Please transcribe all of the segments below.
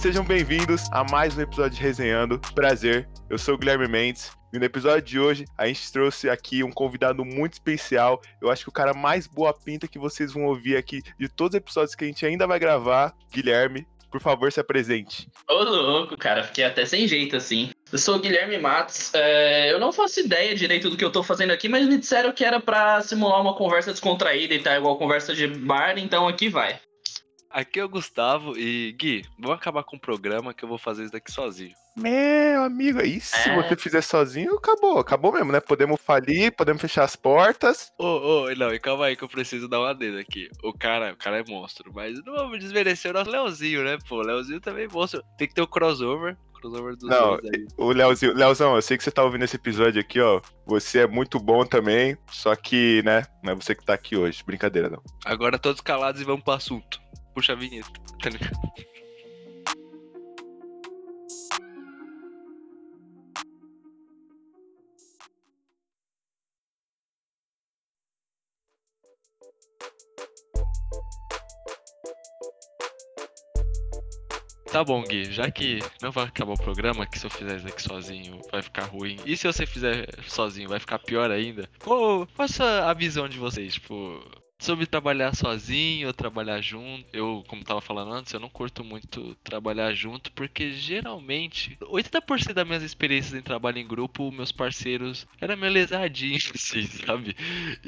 sejam bem-vindos a mais um episódio de Resenhando. Prazer, eu sou o Guilherme Mendes e no episódio de hoje a gente trouxe aqui um convidado muito especial. Eu acho que o cara mais boa pinta que vocês vão ouvir aqui de todos os episódios que a gente ainda vai gravar. Guilherme, por favor, se apresente. Ô, louco, cara, fiquei até sem jeito assim. Eu sou o Guilherme Matos, eu não faço ideia direito do que eu tô fazendo aqui, mas me disseram que era pra simular uma conversa descontraída e tal, igual conversa de bar, então aqui vai. Aqui é o Gustavo e Gui, vamos acabar com o programa que eu vou fazer isso daqui sozinho. Meu amigo, aí se você fizer sozinho, acabou mesmo, né? Podemos falir, podemos fechar as portas. Não, e calma aí que eu preciso dar uma dedo aqui. O cara é monstro, mas não vamos desmerecer o nosso Leozinho, né, pô? O Leozinho também é monstro. Tem que ter o crossover dos Não, dois aí. o Leozão, eu sei que você tá ouvindo esse episódio aqui, ó. Você é muito bom também, só que, né, não é você que tá aqui hoje. Brincadeira, não. Agora todos calados e vamos pro assunto. Puxa a vinheta, tá ligado? Tá bom, Gui, já que não vai acabar o programa, que se eu fizer isso aqui sozinho vai ficar ruim, e se você fizer sozinho vai ficar pior ainda, qual a visão de vocês, tipo, sobre trabalhar sozinho ou trabalhar junto? Eu, como tava falando antes, eu não curto muito trabalhar junto, porque geralmente 80% das minhas experiências em trabalho em grupo, meus parceiros eram meio lesadinhos, assim, sabe?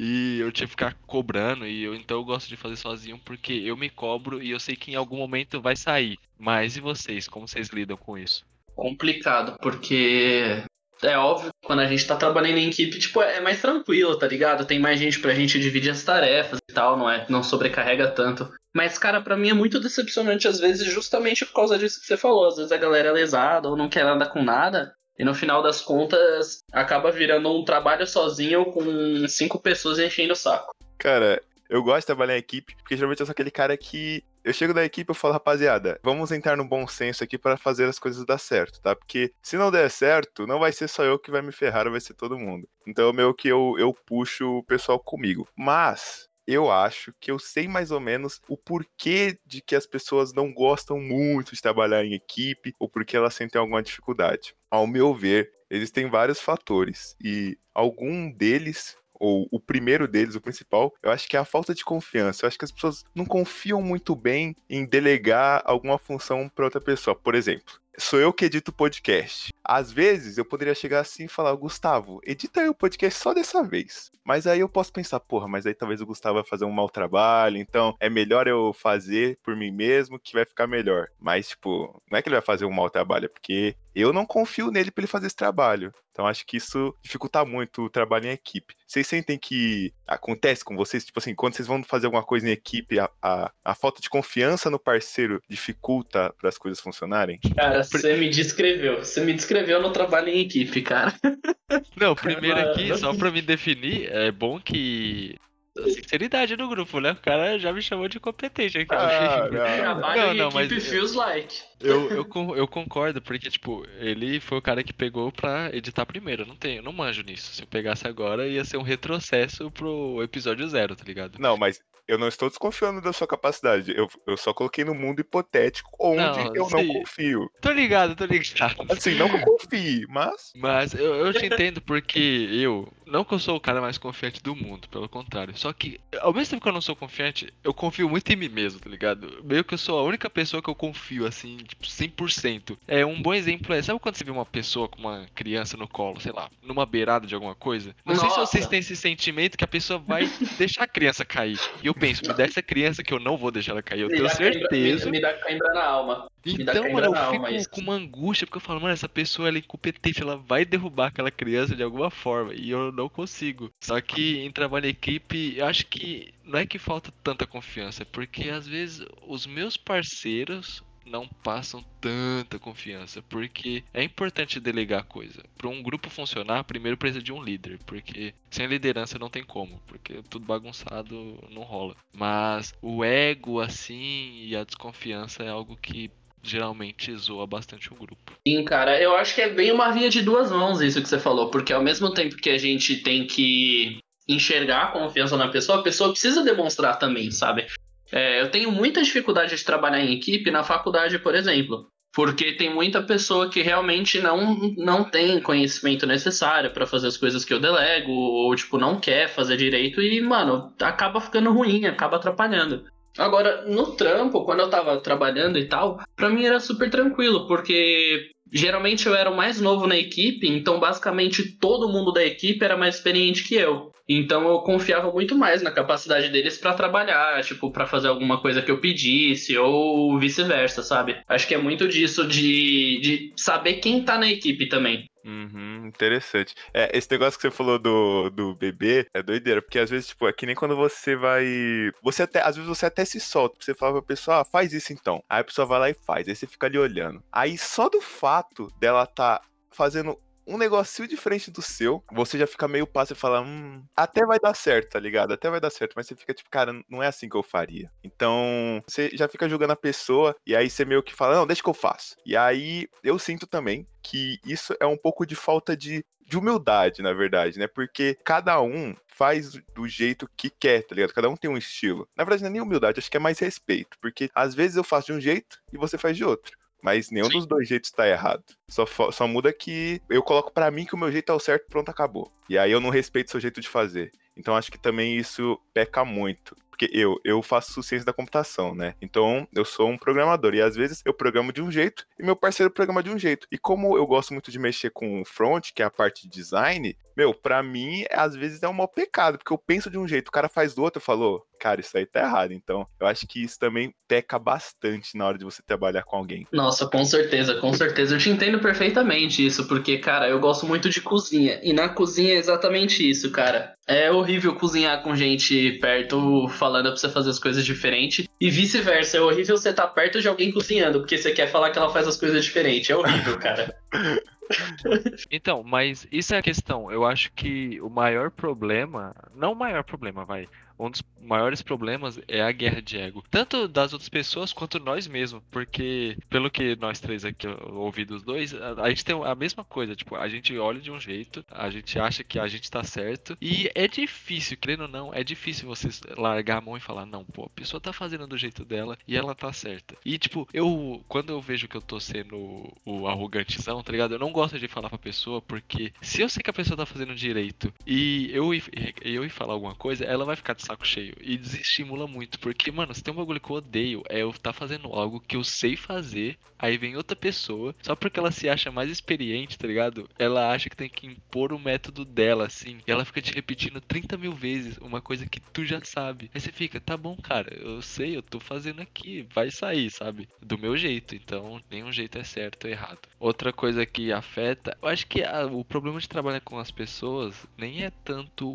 E eu tinha que ficar cobrando, então eu gosto de fazer sozinho porque eu me cobro e eu sei que em algum momento vai sair. Mas e vocês? Como vocês lidam com isso? Complicado, porque é óbvio que quando a gente tá trabalhando em equipe, tipo, é mais tranquilo, tá ligado? Tem mais gente pra gente dividir as tarefas e tal, não sobrecarrega tanto. Mas, cara, pra mim é muito decepcionante às vezes justamente por causa disso que você falou. Às vezes a galera é lesada ou não quer andar com nada. E no final das contas, acaba virando um trabalho sozinho com 5 pessoas enchendo o saco. Cara, eu gosto de trabalhar em equipe, porque geralmente eu sou aquele cara que... Eu chego da equipe e falo, rapaziada, vamos entrar no bom senso aqui para fazer as coisas dar certo, tá? Porque se não der certo, não vai ser só eu que vai me ferrar, vai ser todo mundo. Então, meio que eu puxo o pessoal comigo. Mas... eu acho que eu sei mais ou menos o porquê de que as pessoas não gostam muito de trabalhar em equipe ou porque elas sentem alguma dificuldade. Ao meu ver, existem vários fatores e algum deles, ou o primeiro deles, o principal, eu acho que é a falta de confiança. Eu acho que as pessoas não confiam muito bem em delegar alguma função para outra pessoa. Por exemplo, sou eu que edito o podcast. Às vezes eu poderia chegar assim e falar, Gustavo, edita aí o podcast só dessa vez. Mas aí eu posso pensar, porra, mas aí talvez o Gustavo vai fazer um mau trabalho, então é melhor eu fazer por mim mesmo que vai ficar melhor. Mas, tipo, não é que ele vai fazer um mau trabalho, é porque eu não confio nele pra ele fazer esse trabalho. Então acho que isso dificulta muito o trabalho em equipe. Vocês sentem que acontece com vocês? Tipo assim, quando vocês vão fazer alguma coisa em equipe, a falta de confiança no parceiro dificulta para as coisas funcionarem? Cara, você me descreveu no trabalho em equipe, cara. Não, primeiro aqui, Mano. só pra me definir, é bom que... sinceridade no grupo, né? O cara já me chamou de competente aqui. Trabalho em Não, equipe mas feels like. eu concordo, porque, tipo, ele foi o cara que pegou pra editar primeiro. Eu não manjo nisso. Se eu pegasse agora, ia ser um retrocesso pro episódio 0, tá ligado? Não, mas eu não estou desconfiando da sua capacidade. Eu só coloquei no mundo hipotético onde Não, eu não sim. confio. Tô ligado. Assim, não que eu confie, mas... Mas eu te entendo porque não que eu sou o cara mais confiante do mundo, pelo contrário. Só que, ao mesmo tempo que eu não sou confiante, eu confio muito em mim mesmo, tá ligado? Meio que eu sou a única pessoa que eu confio, assim, tipo, 100%. Um bom exemplo sabe quando você vê uma pessoa com uma criança no colo, sei lá, numa beirada de alguma coisa? Não sei se vocês têm esse sentimento que a pessoa vai deixar a criança cair. E eu penso, me dá essa criança que eu não vou deixar ela cair, eu tenho certeza. Me dá cãibra na alma. Então, mano, eu fico com uma angústia, porque eu falo, mano, essa pessoa ela é incompetente, ela vai derrubar aquela criança de alguma forma, e eu não consigo. Só que em trabalho em equipe, eu acho que não é que falta tanta confiança, é porque às vezes os meus parceiros não passam tanta confiança, porque é importante delegar coisa. Para um grupo funcionar, primeiro precisa de um líder, porque sem liderança não tem como, porque tudo bagunçado não rola. Mas o ego, assim, e a desconfiança é algo que geralmente zoa bastante o grupo. Sim, cara, eu acho que é bem uma via de duas mãos isso que você falou, porque ao mesmo tempo que a gente tem que enxergar a confiança na pessoa, a pessoa precisa demonstrar também, sabe? Eu tenho muita dificuldade de trabalhar em equipe na faculdade, por exemplo. Porque tem muita pessoa que realmente não tem conhecimento necessário pra fazer as coisas que eu delego, ou, tipo, não quer fazer direito e, mano, acaba ficando ruim, acaba atrapalhando. Agora, no trampo, quando eu tava trabalhando e tal, pra mim era super tranquilo, porque geralmente eu era o mais novo na equipe, então basicamente todo mundo da equipe era mais experiente que eu. Então eu confiava muito mais na capacidade deles pra trabalhar, tipo, pra fazer alguma coisa que eu pedisse, ou vice-versa, sabe? Acho que é muito disso de saber quem tá na equipe também. Uhum, interessante. Esse negócio que você falou do bebê é doideira, porque às vezes, tipo, é que nem quando você vai. Às vezes você até se solta, você fala pra pessoa, faz isso então. Aí a pessoa vai lá e faz, aí você fica ali olhando. Aí só do fato dela tá fazendo um negocinho diferente do seu, você já fica meio passo e fala, até vai dar certo, tá ligado? Até vai dar certo, mas você fica tipo, cara, não é assim que eu faria. Então, você já fica julgando a pessoa, e aí você meio que fala, não, deixa que eu faço. E aí, eu sinto também que isso é um pouco de falta de humildade, na verdade, né? Porque cada um faz do jeito que quer, tá ligado? Cada um tem um estilo. Na verdade, não é nem humildade, acho que é mais respeito. Porque às vezes eu faço de um jeito e você faz de outro. Mas nenhum dos dois jeitos tá errado. Só muda que eu coloco pra mim que o meu jeito é o certo, pronto, acabou. E aí eu não respeito o seu jeito de fazer. Então acho que também isso peca muito. Porque eu faço ciência da computação, né? Então eu sou um programador. E às vezes eu programo de um jeito e meu parceiro programa de um jeito. E como eu gosto muito de mexer com o front, que é a parte de design, meu, pra mim, às vezes é um mau pecado. Porque eu penso de um jeito, o cara faz do outro, eu falo, cara, isso aí tá errado. Então eu acho que isso também peca bastante na hora de você trabalhar com alguém. Nossa, com certeza, com certeza. Eu te entendo perfeitamente isso, porque, cara, eu gosto muito de cozinha. E na cozinha é exatamente isso, cara. É horrível cozinhar com gente perto falando pra você fazer as coisas diferentes. E vice-versa, é horrível você estar perto de alguém cozinhando, porque você quer falar que ela faz as coisas diferentes. É horrível, cara. Então, mas isso é a questão. Eu acho que o maior problema, não o maior problema, vai. Um dos maiores problemas é a guerra de ego. Tanto das outras pessoas quanto nós mesmos. Porque, pelo que nós três aqui eu ouvi dos dois, a gente tem a mesma coisa. Tipo, a gente olha de um jeito, a gente acha que a gente tá certo. E é difícil, querendo ou não, é difícil você largar a mão e falar, não, pô, a pessoa tá fazendo do jeito dela e ela tá certa. E, tipo, quando eu vejo que eu tô sendo o arrogantezão, tá ligado? Eu não gosto de falar pra pessoa, porque se eu sei que a pessoa tá fazendo direito e eu ir falar alguma coisa, ela vai ficar de saco cheio e desestimula muito, porque, mano, se tem um bagulho que eu odeio é eu tá fazendo algo que eu sei fazer, aí vem outra pessoa, só porque ela se acha mais experiente, tá ligado? Ela acha que tem que impor o método dela, assim, e ela fica te repetindo 30 mil vezes uma coisa que tu já sabe. Aí você fica, tá bom, cara, eu sei, eu tô fazendo aqui, vai sair, sabe? Do meu jeito, então nenhum jeito é certo ou errado. Outra coisa que afeta, eu acho que o problema de trabalhar com as pessoas nem é tanto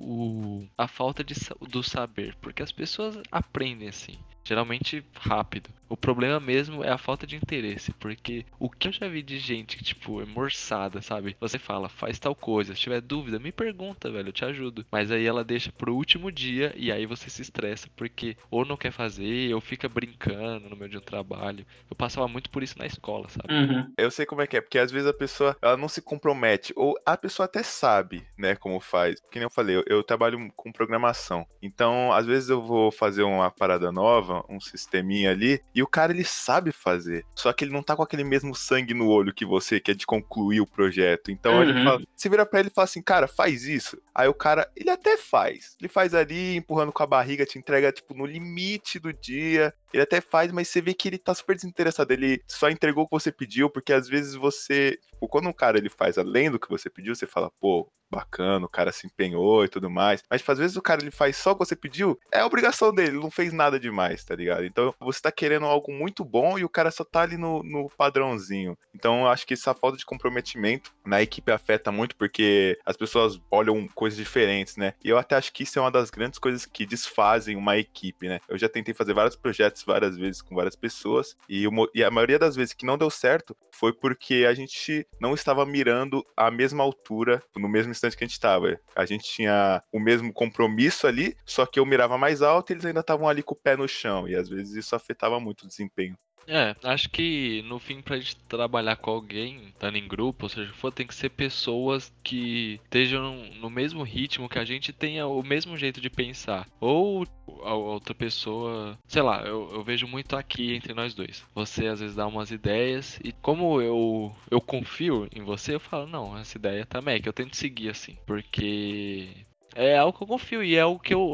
a falta do saber, porque as pessoas aprendem assim, geralmente rápido. O problema mesmo é a falta de interesse, porque o que eu já vi de gente que, tipo, é morçada, sabe? Você fala, faz tal coisa, se tiver dúvida, me pergunta, velho, eu te ajudo. Mas aí ela deixa pro último dia e aí você se estressa, porque ou não quer fazer, ou fica brincando no meio de um trabalho. Eu passava muito por isso na escola, sabe? Uhum. Eu sei como é que é, porque às vezes a pessoa, ela não se compromete, ou a pessoa até sabe, né, como faz. Que nem eu falei, eu trabalho com programação. Então, às vezes eu vou fazer uma parada nova, um sisteminha ali, e o cara, ele sabe fazer. Só que ele não tá com aquele mesmo sangue no olho que você, que é de concluir o projeto. Então, a gente fala, Uhum. você vira pra ele e fala assim, cara, faz isso. Aí o cara, ele até faz. Ele faz ali, empurrando com a barriga, te entrega, tipo, no limite do dia. Ele até faz, mas você vê que ele tá super desinteressado. Ele só entregou o que você pediu, porque às vezes você. Tipo, quando um cara ele faz além do que você pediu, você fala, pô, bacana, o cara se empenhou e tudo mais. Mas tipo, às vezes o cara ele faz só o que você pediu, é a obrigação dele, ele não fez nada demais, tá ligado? Então você tá querendo algo muito bom e o cara só tá ali no padrãozinho. Então eu acho que essa falta de comprometimento na equipe afeta muito, porque as pessoas olham coisas diferentes, né? E eu até acho que isso é uma das grandes coisas que desfazem uma equipe, né? Eu já tentei fazer vários projetos várias vezes com várias pessoas, e a maioria das vezes que não deu certo foi porque a gente não estava mirando a mesma altura no mesmo instante que a gente estava. A gente tinha o mesmo compromisso ali, só que eu mirava mais alto e eles ainda estavam ali com o pé no chão, e às vezes isso afetava muito o desempenho. Acho que no fim pra gente trabalhar com alguém, estando em grupo, ou seja, tem que ser pessoas que estejam no mesmo ritmo, que a gente tenha o mesmo jeito de pensar. Ou a outra pessoa, sei lá, eu vejo muito aqui entre nós dois. Você às vezes dá umas ideias e como eu confio em você, eu falo, não, essa ideia também é que eu tento seguir assim, porque é algo que eu confio e é algo que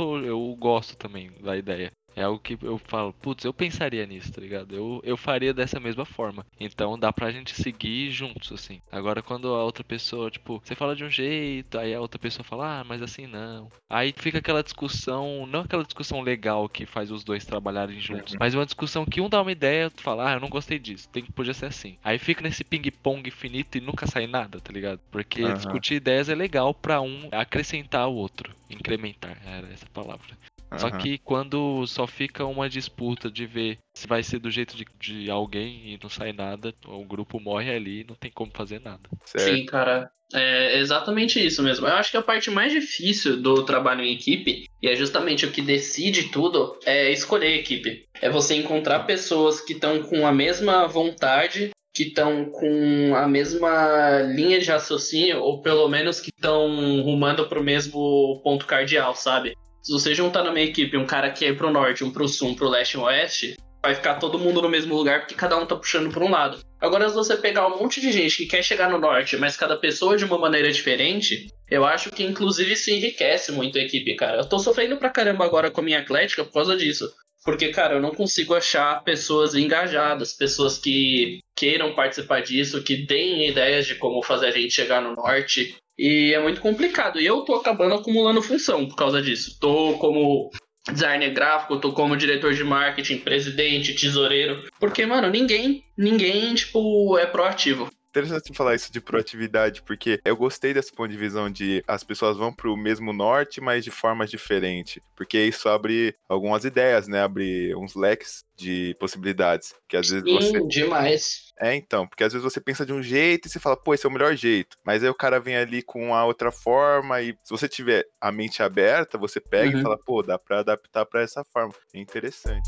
eu gosto também da ideia. É algo que eu falo, putz, eu pensaria nisso, tá ligado? Eu faria dessa mesma forma. Então dá pra gente seguir juntos, assim. Agora quando a outra pessoa, tipo, você fala de um jeito, aí a outra pessoa fala, ah, mas assim não. Aí fica aquela discussão, não aquela discussão legal que faz os dois trabalharem juntos, mas uma discussão que um dá uma ideia, tu fala, ah, eu não gostei disso, podia ser assim. Aí fica nesse ping-pong infinito e nunca sai nada, tá ligado? Porque Aham, discutir ideias é legal pra um acrescentar o outro, incrementar, era essa a palavra. Só aham. que quando só fica uma disputa de ver se vai ser do jeito de alguém e não sai nada, o grupo morre ali e não tem como fazer nada. Sim, Certo. cara, é exatamente isso mesmo. Eu acho que a parte mais difícil do trabalho em equipe, e é justamente o que decide tudo, é escolher a equipe. É você encontrar pessoas que estão com a mesma vontade, que estão com a mesma linha de raciocínio, ou pelo menos que estão rumando para o mesmo ponto cardeal, sabe? Se você juntar numa equipe um cara que é pro norte, um pro sul, um pro leste e um oeste, vai ficar todo mundo no mesmo lugar porque cada um tá puxando para um lado. Agora, se você pegar um monte de gente que quer chegar no norte, mas cada pessoa de uma maneira diferente, eu acho que inclusive isso enriquece muito a equipe, cara. Eu tô sofrendo pra caramba agora com a minha Atlética por causa disso. Porque, cara, eu não consigo achar pessoas engajadas, pessoas que queiram participar disso, que deem ideias de como fazer a gente chegar no norte. E é muito complicado. E eu tô acabando acumulando função por causa disso. Tô como designer gráfico, tô como diretor de marketing, presidente, tesoureiro. Porque, mano, ninguém, tipo, é proativo. Interessante você falar isso de proatividade, porque eu gostei desse ponto de visão de as pessoas vão para o mesmo norte, mas de formas diferentes. Porque isso abre algumas ideias, né? Abre uns leques de possibilidades. Que às vezes você. Sim, demais. Então, porque às vezes você pensa de um jeito e você fala, pô, esse é o melhor jeito. Mas aí o cara vem ali com a outra forma e se você tiver a mente aberta, você pega e Uhum. fala, pô, dá pra adaptar pra essa forma. É interessante.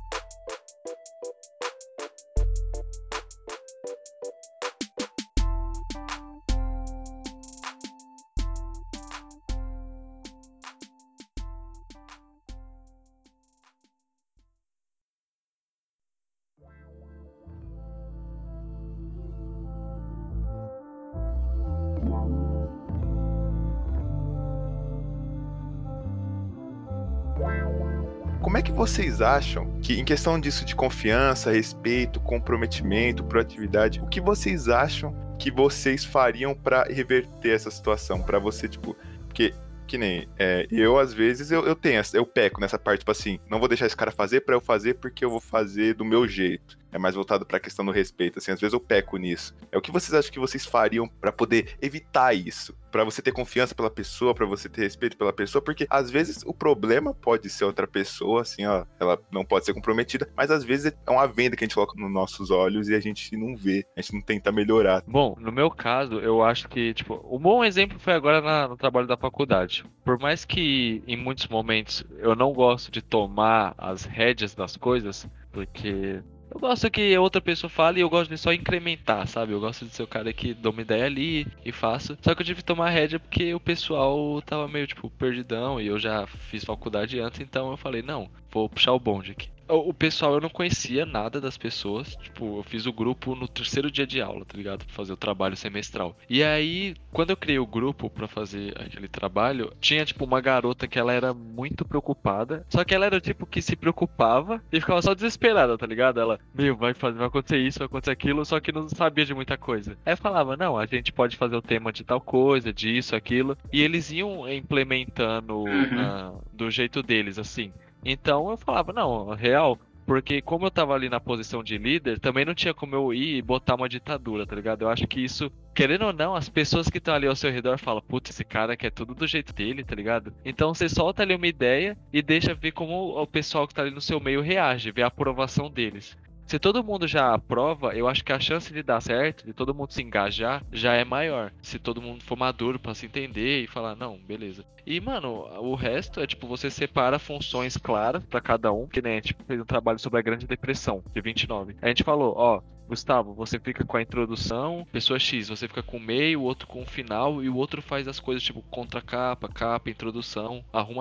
Como é que vocês acham que, em questão disso de confiança, respeito, comprometimento, proatividade, o que vocês acham que vocês fariam pra reverter essa situação? Pra você, tipo, porque que nem eu, às vezes, eu peco nessa parte, tipo assim, não vou deixar esse cara fazer pra eu fazer porque eu vou fazer do meu jeito. É mais voltado pra questão do respeito, assim, às vezes eu peco nisso. É o que vocês acham que vocês fariam pra poder evitar isso? Pra você ter confiança pela pessoa, pra você ter respeito pela pessoa, porque às vezes o problema pode ser outra pessoa, assim, ó, ela não pode ser comprometida, mas às vezes é uma venda que a gente coloca nos nossos olhos e a gente não vê, a gente não tenta melhorar. Bom, no meu caso, eu acho que, tipo, um bom exemplo foi agora no trabalho da faculdade. Por mais que em muitos momentos eu não gosto de tomar as rédeas das coisas, porque eu gosto que outra pessoa fale e eu gosto de só incrementar, sabe? Eu gosto de ser o cara que dou uma ideia ali e faço. Só que eu tive que tomar a rédea porque o pessoal tava meio, tipo, perdidão e eu já fiz faculdade antes, então eu falei, não, vou puxar o bonde aqui. O pessoal, eu não conhecia nada das pessoas. Tipo, eu fiz o grupo no terceiro dia de aula, tá ligado? Pra fazer o trabalho semestral. E aí, quando eu criei o grupo pra fazer aquele trabalho, tinha, tipo, uma garota que ela era muito preocupada. Só que ela era, tipo, que se preocupava e ficava só desesperada, tá ligado? Ela, meu, vai acontecer isso, vai acontecer aquilo, só que não sabia de muita coisa. Aí eu falava, não, a gente pode fazer o tema de tal coisa, disso, aquilo. E eles iam implementando Uhum. do jeito deles, assim. Então eu falava, não, real, porque como eu tava ali na posição de líder, também não tinha como eu ir e botar uma ditadura, tá ligado? Eu acho que isso, querendo ou não, as pessoas que estão ali ao seu redor falam, putz, esse cara quer tudo do jeito dele, tá ligado? Então você solta ali uma ideia e deixa ver como o pessoal que tá ali no seu meio reage, ver a aprovação deles. Se todo mundo já aprova, eu acho que a chance de dar certo, de todo mundo se engajar, já é maior. Se todo mundo for maduro pra se entender e falar, não, beleza. E, mano, o resto é tipo, você separa funções claras pra cada um, que nem a gente fez um trabalho sobre a Grande Depressão, de 29. A gente falou, ó, Gustavo, você fica com a introdução, pessoa X, você fica com o meio, o outro com o final, e o outro faz as coisas tipo contracapa, capa, introdução, arruma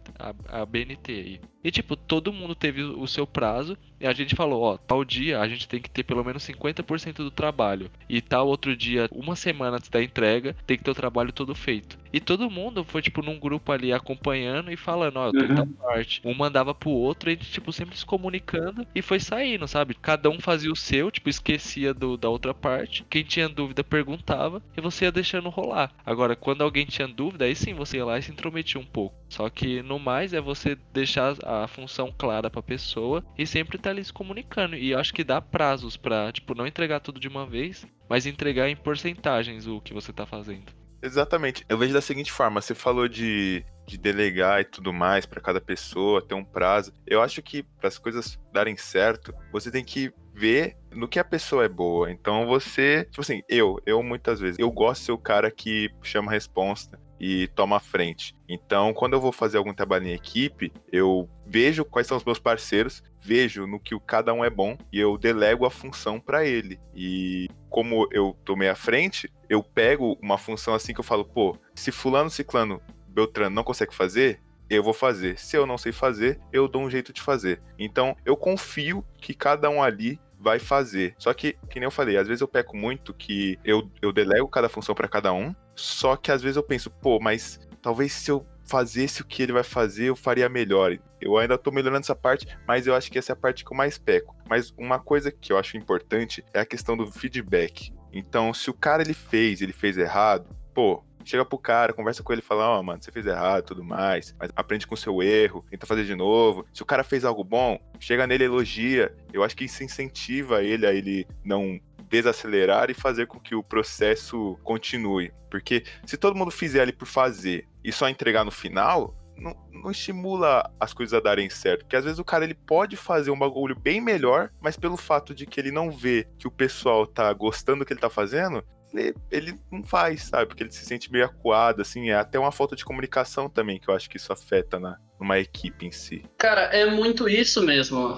a BNT aí. E tipo, todo mundo teve o seu prazo, e a gente falou, ó, tal dia a gente tem que ter pelo menos 50% do trabalho, e tal outro dia, uma semana antes da entrega, tem que ter o trabalho todo feito. E todo mundo foi, tipo, num grupo ali acompanhando e falando, ó, eu tô em tal parte. Um mandava pro outro e a gente, tipo, sempre se comunicando e foi saindo, sabe? Cada um fazia o seu, tipo, esquecia da outra parte. Quem tinha dúvida perguntava e você ia deixando rolar. Agora, quando alguém tinha dúvida, aí sim você ia lá e se intrometia um pouco. Só que no mais é você deixar a função clara pra pessoa e sempre tá ali se comunicando. E eu acho que dá prazos pra, tipo, não entregar tudo de uma vez, mas entregar em porcentagens o que você tá fazendo. Exatamente. Eu vejo da seguinte forma: você falou de delegar e tudo mais para cada pessoa, ter um prazo. Eu acho que para as coisas darem certo, você tem que ver no que a pessoa é boa. Então você, tipo assim, eu muitas vezes, eu gosto de ser o cara que chama a responsa e toma a frente. Então, quando eu vou fazer algum trabalho em equipe, eu vejo quais são os meus parceiros, vejo no que cada um é bom e eu delego a função para ele. E como eu tomei a frente, eu pego uma função assim que eu falo, pô, se fulano, ciclano, Beltrano não consegue fazer, eu vou fazer. Se eu não sei fazer, eu dou um jeito de fazer. Então, eu confio que cada um ali vai fazer. Só que nem eu falei, às vezes eu peco muito que eu delego cada função para cada um, só que às vezes eu penso, pô, mas talvez se eu fazesse o que ele vai fazer, eu faria melhor. Eu ainda tô melhorando essa parte, mas eu acho que essa é a parte que eu mais peco. Mas uma coisa que eu acho importante é a questão do feedback. Então, se o cara ele fez errado, pô, chega pro cara, conversa com ele e fala, ó, mano, você fez errado e tudo mais, mas aprende com o seu erro, tenta fazer de novo. Se o cara fez algo bom, chega nele, elogia. Eu acho que isso incentiva ele a ele não desacelerar e fazer com que o processo continue. Porque se todo mundo fizer ali por fazer e só entregar no final, não estimula as coisas a darem certo. Porque às vezes o cara ele pode fazer um bagulho bem melhor, mas pelo fato de que ele não vê que o pessoal tá gostando do que ele tá fazendo, ele não faz, sabe? Porque ele se sente meio acuado, assim. É até uma falta de comunicação também, que eu acho que isso afeta numa equipe em si. Cara, é muito isso mesmo.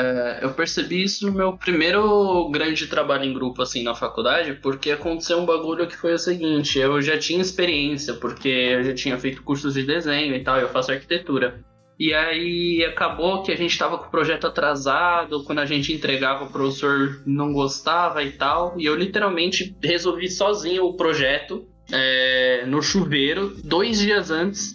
Eu percebi isso no meu primeiro grande trabalho em grupo, assim, na faculdade, porque aconteceu um bagulho que foi o seguinte: eu já tinha experiência, porque eu já tinha feito cursos de desenho e tal, eu faço arquitetura. E aí acabou que a gente tava com o projeto atrasado, quando a gente entregava o professor não gostava e tal, e eu literalmente resolvi sozinho o projeto no chuveiro 2 dias antes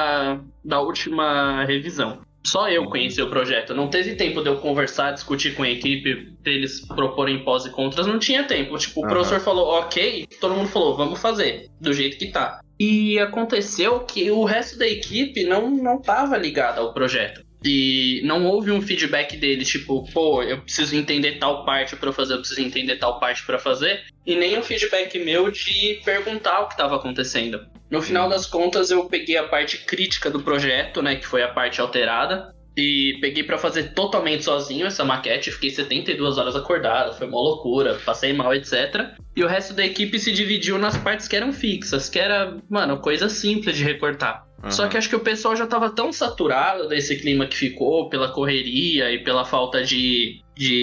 da última revisão. Só eu conheci o projeto, não teve tempo de eu conversar, discutir com a equipe, eles proporem pós e contras, não tinha tempo. Tipo, o professor falou ok, todo mundo falou, vamos fazer, do jeito que tá. E aconteceu que o resto da equipe não tava ligado ao projeto. E não houve um feedback deles, tipo, pô, eu preciso entender tal parte pra fazer, eu preciso entender tal parte pra fazer. E nem um feedback meu de perguntar o que estava acontecendo. No final das contas, eu peguei a parte crítica do projeto, né, que foi a parte alterada. E peguei pra fazer totalmente sozinho essa maquete. Fiquei 72 horas acordado, foi uma loucura, passei mal, etc. E o resto da equipe se dividiu nas partes que eram fixas, que era, mano, coisa simples de recortar. Só que acho que o pessoal já tava tão saturado desse clima que ficou, pela correria e pela falta de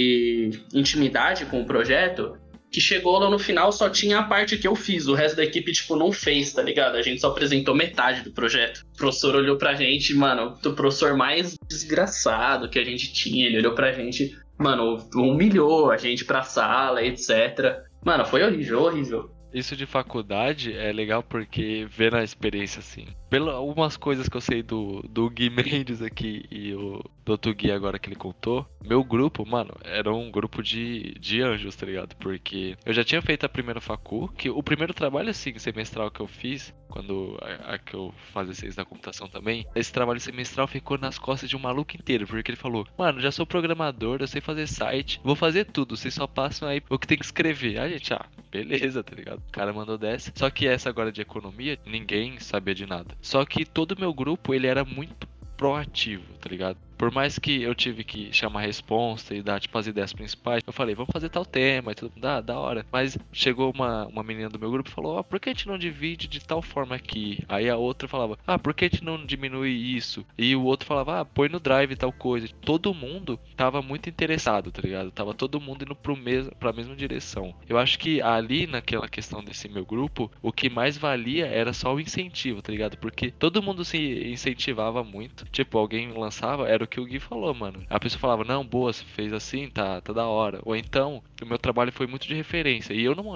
intimidade com o projeto, que chegou lá no final só tinha a parte que eu fiz. O resto da equipe, tipo, não fez, tá ligado? A gente só apresentou metade do projeto. O professor olhou pra gente, mano, o professor mais desgraçado que a gente tinha, ele olhou pra gente, mano, humilhou a gente pra sala, etc. Mano, foi horrível, horrível. Isso de faculdade é legal porque vendo a experiência assim. Pelas algumas coisas que eu sei do Gui Mendes aqui e o do outro Gui agora que ele contou, meu grupo, mano, era um grupo de anjos, tá ligado? Porque eu já tinha feito a primeira facu, que o primeiro trabalho assim, semestral que eu fiz, quando a que eu fazia ciência da computação também, esse trabalho semestral ficou nas costas de um maluco inteiro, porque ele falou, mano, já sou programador, eu sei fazer site, vou fazer tudo, vocês só passam aí o que tem que escrever. A gente, beleza, tá ligado? O cara mandou dessa. Só que essa agora de economia, ninguém sabia de nada. Só que todo o meu grupo, ele era muito proativo, tá ligado? Por mais que eu tive que chamar a responsa e dar, tipo, as ideias principais, eu falei, vamos fazer tal tema e tudo, da hora. Mas chegou uma menina do meu grupo e falou, por que a gente não divide de tal forma aqui? Aí a outra falava, por que a gente não diminui isso? E o outro falava, põe no Drive tal coisa. Todo mundo tava muito interessado, tá ligado? Tava todo mundo indo pra mesma direção. Eu acho que ali, naquela questão desse meu grupo, o que mais valia era só o incentivo, tá ligado? Porque todo mundo se incentivava muito. Tipo, alguém lançava, era o que o Gui falou, mano. A pessoa falava, não, boa, você fez assim, tá da hora. Ou então, o meu trabalho foi muito de referência. E eu não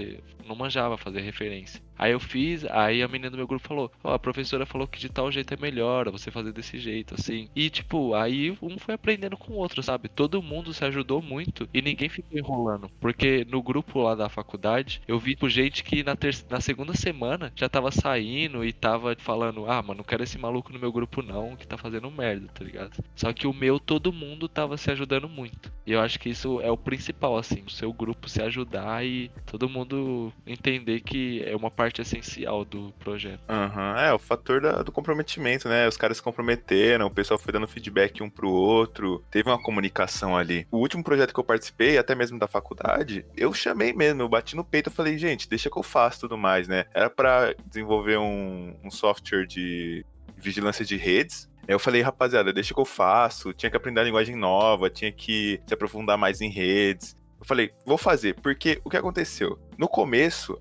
manjava fazer referência. Aí eu fiz, aí a menina do meu grupo falou, a professora falou que de tal jeito é melhor, você fazer desse jeito, assim. E tipo, aí um foi aprendendo com o outro, sabe? Todo mundo se ajudou muito e ninguém ficou enrolando. Porque no grupo lá da faculdade, eu vi gente que na segunda semana já tava saindo e tava falando, mano, não quero esse maluco no meu grupo não, que tá fazendo merda, tá ligado? Só que o meu, todo mundo tava se ajudando muito. E eu acho que isso é o principal, assim, o seu grupo se ajudar e todo mundo entender que é uma parte essencial do projeto. O fator do comprometimento, né? Os caras se comprometeram, o pessoal foi dando feedback um pro outro, teve uma comunicação ali. O último projeto que eu participei, até mesmo da faculdade, eu chamei mesmo, eu bati no peito, eu falei, gente, deixa que eu faço tudo mais, né? Era pra desenvolver um software de vigilância de redes. Eu falei, rapaziada, deixa que eu faço, tinha que aprender a linguagem nova, tinha que se aprofundar mais em redes. Eu falei, vou fazer, porque o que aconteceu? No começo,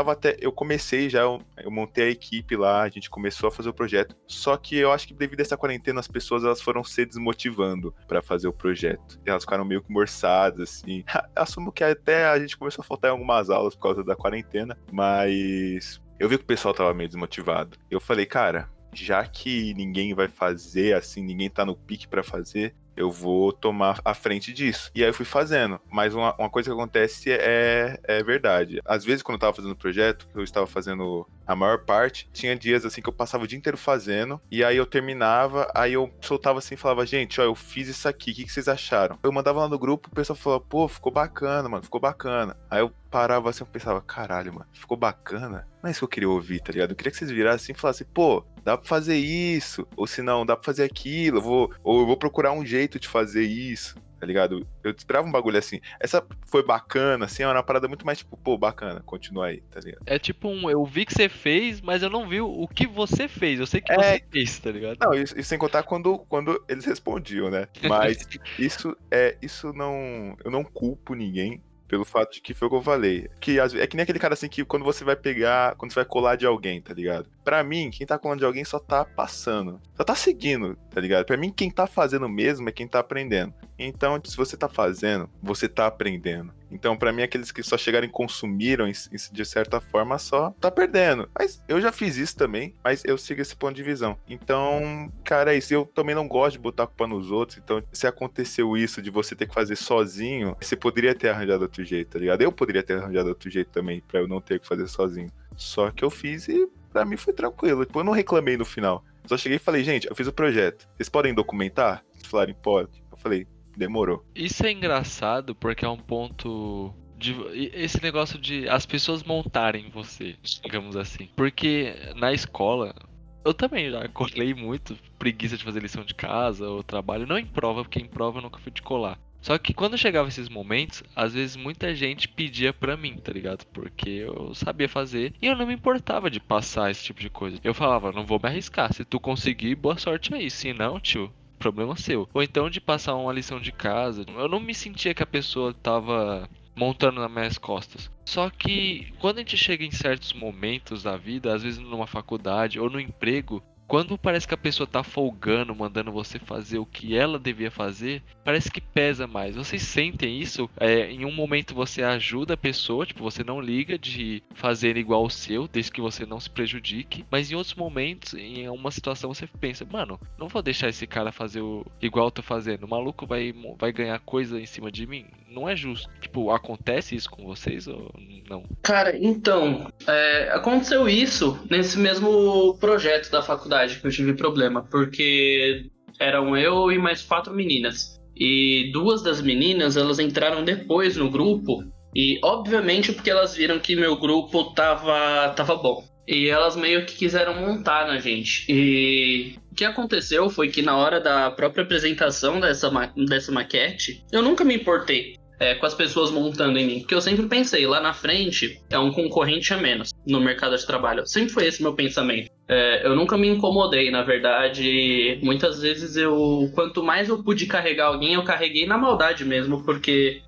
eu comecei já, eu montei a equipe lá, a gente começou a fazer o projeto, só que eu acho que devido a essa quarentena, as pessoas elas foram se desmotivando pra fazer o projeto. E elas ficaram meio que morçadas, assim. Assumo que até a gente começou a faltar em algumas aulas por causa da quarentena, mas eu vi que o pessoal tava meio desmotivado. Eu falei, cara, já que ninguém vai fazer, assim, ninguém tá no pique pra fazer, eu vou tomar a frente disso. E aí eu fui fazendo. Mas uma coisa que acontece é verdade. Às vezes, quando eu tava fazendo o projeto, eu estava fazendo a maior parte, tinha dias assim que eu passava o dia inteiro fazendo, e aí eu terminava, aí eu soltava assim e falava, gente, ó, eu fiz isso aqui, o que vocês acharam? Eu mandava lá no grupo, o pessoal falava, pô, ficou bacana, mano, ficou bacana. Aí eu parava assim, eu pensava, caralho, mano, ficou bacana? Não é isso que eu queria ouvir, tá ligado? Eu queria que vocês virassem assim e falassem, pô, dá pra fazer isso, ou se não, dá pra fazer aquilo, eu vou procurar um jeito de fazer isso, tá ligado? Eu esperava um bagulho assim. Essa foi bacana, assim, é uma parada muito mais tipo, pô, bacana, continua aí, tá ligado? É tipo eu vi que você fez, mas eu não vi o que você fez. Eu sei que você fez, tá ligado? Não, isso sem contar quando eles respondiam, né? Mas isso não, eu não culpo ninguém pelo fato de que foi o que eu falei. Que é que nem aquele cara assim que quando você vai colar de alguém, tá ligado? Pra mim, quem tá colando de alguém só tá passando. Só tá seguindo, tá ligado? Pra mim, quem tá fazendo mesmo é quem tá aprendendo. Então, se você tá fazendo, você tá aprendendo. Então, pra mim, aqueles que só chegaram e consumiram, de certa forma, só tá perdendo. Mas eu já fiz isso também, mas eu sigo esse ponto de visão. Então, cara, é isso. Eu também não gosto de botar a culpa nos outros. Então, se aconteceu isso de você ter que fazer sozinho, você poderia ter arranjado outro jeito, tá ligado? Eu poderia ter arranjado outro jeito também, pra eu não ter que fazer sozinho. Só que eu fiz e pra mim foi tranquilo. Tipo, eu não reclamei no final. Só cheguei e falei, gente, eu fiz o projeto. Vocês podem documentar? Eles falaram, pode. Eu falei, demorou. Isso é engraçado porque é um ponto esse negócio de as pessoas montarem você, digamos assim. Porque na escola, eu também já colei muito, preguiça de fazer lição de casa ou trabalho. Não em prova, porque em prova eu nunca fui de colar. Só que quando chegava esses momentos, às vezes muita gente pedia pra mim, tá ligado? Porque eu sabia fazer e eu não me importava de passar esse tipo de coisa. Eu falava, não vou me arriscar. Se tu conseguir, boa sorte aí. Se não, tio, problema seu. Ou então de passar uma lição de casa. Eu não me sentia que a pessoa tava montando nas minhas costas. Só que quando a gente chega em certos momentos da vida, às vezes numa faculdade ou no emprego, quando parece que a pessoa tá folgando, mandando você fazer o que ela devia fazer, parece que pesa mais. Vocês sentem isso? Em um momento você ajuda a pessoa, tipo, você não liga de fazer igual o seu, desde que você não se prejudique. Mas em outros momentos, em uma situação, você pensa, mano, não vou deixar esse cara fazer igual eu tô fazendo. O maluco vai ganhar coisa em cima de mim. Não é justo. Tipo, acontece isso com vocês ou não? Cara, então, aconteceu isso nesse mesmo projeto da faculdade que eu tive problema, porque eram eu e mais 4 meninas. E 2 das meninas, elas entraram depois no grupo, e obviamente porque elas viram que meu grupo tava bom. E elas meio que quiseram montar na gente. E que aconteceu foi que na hora da própria apresentação dessa maquete, eu nunca me importei com as pessoas montando em mim, porque eu sempre pensei, lá na frente é um concorrente a menos no mercado de trabalho. Sempre foi esse meu pensamento. Eu nunca me incomodei, na verdade. Muitas vezes quanto mais eu pude carregar alguém, eu carreguei na maldade mesmo, porque